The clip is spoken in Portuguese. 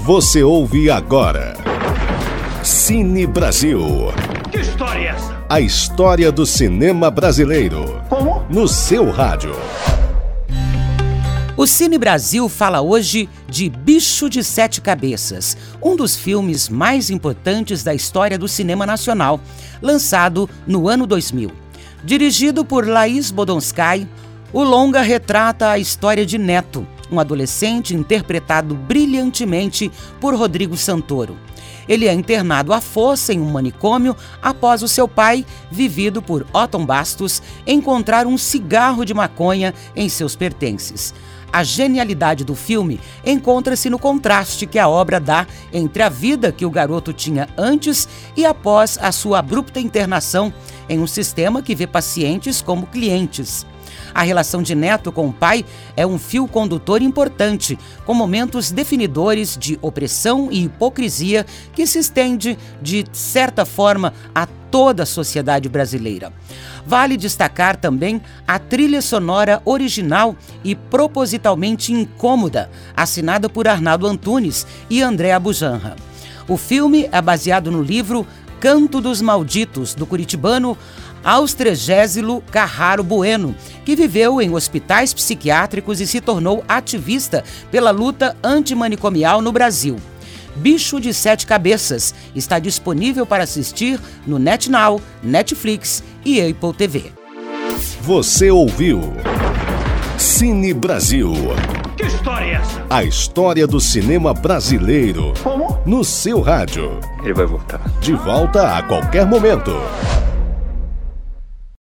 Você ouve agora Cine Brasil. Que história é essa? A história do cinema brasileiro. Como? No seu rádio. O Cine Brasil fala hoje de Bicho de Sete Cabeças, um dos filmes mais importantes da história do cinema nacional, lançado no ano 2000. Dirigido por Laís Bodonsky, o longa retrata a história de Neto, um adolescente interpretado brilhantemente por Rodrigo Santoro. Ele é internado à força em um manicômio após o seu pai, vivido por Otton Bastos, encontrar um cigarro de maconha em seus pertences. A genialidade do filme encontra-se no contraste que a obra dá entre a vida que o garoto tinha antes e após a sua abrupta internação em um sistema que vê pacientes como clientes. A relação de Neto com o pai é um fio condutor importante, com momentos definidores de opressão e hipocrisia que se estende, de certa forma, a toda a sociedade brasileira. Vale destacar também a trilha sonora original e propositalmente incômoda, assinada por Arnaldo Antunes e André Abujanra. O filme é baseado no livro Canto dos Malditos, do curitibano Austrégésilo Carraro Bueno, que viveu em hospitais psiquiátricos e se tornou ativista pela luta antimanicomial no Brasil. Bicho de Sete Cabeças está disponível para assistir no NetNow, Netflix e Apple TV. Você ouviu Cine Brasil. Que história é essa? A história do cinema brasileiro. Como? No seu rádio. Ele vai voltar. De volta a qualquer momento.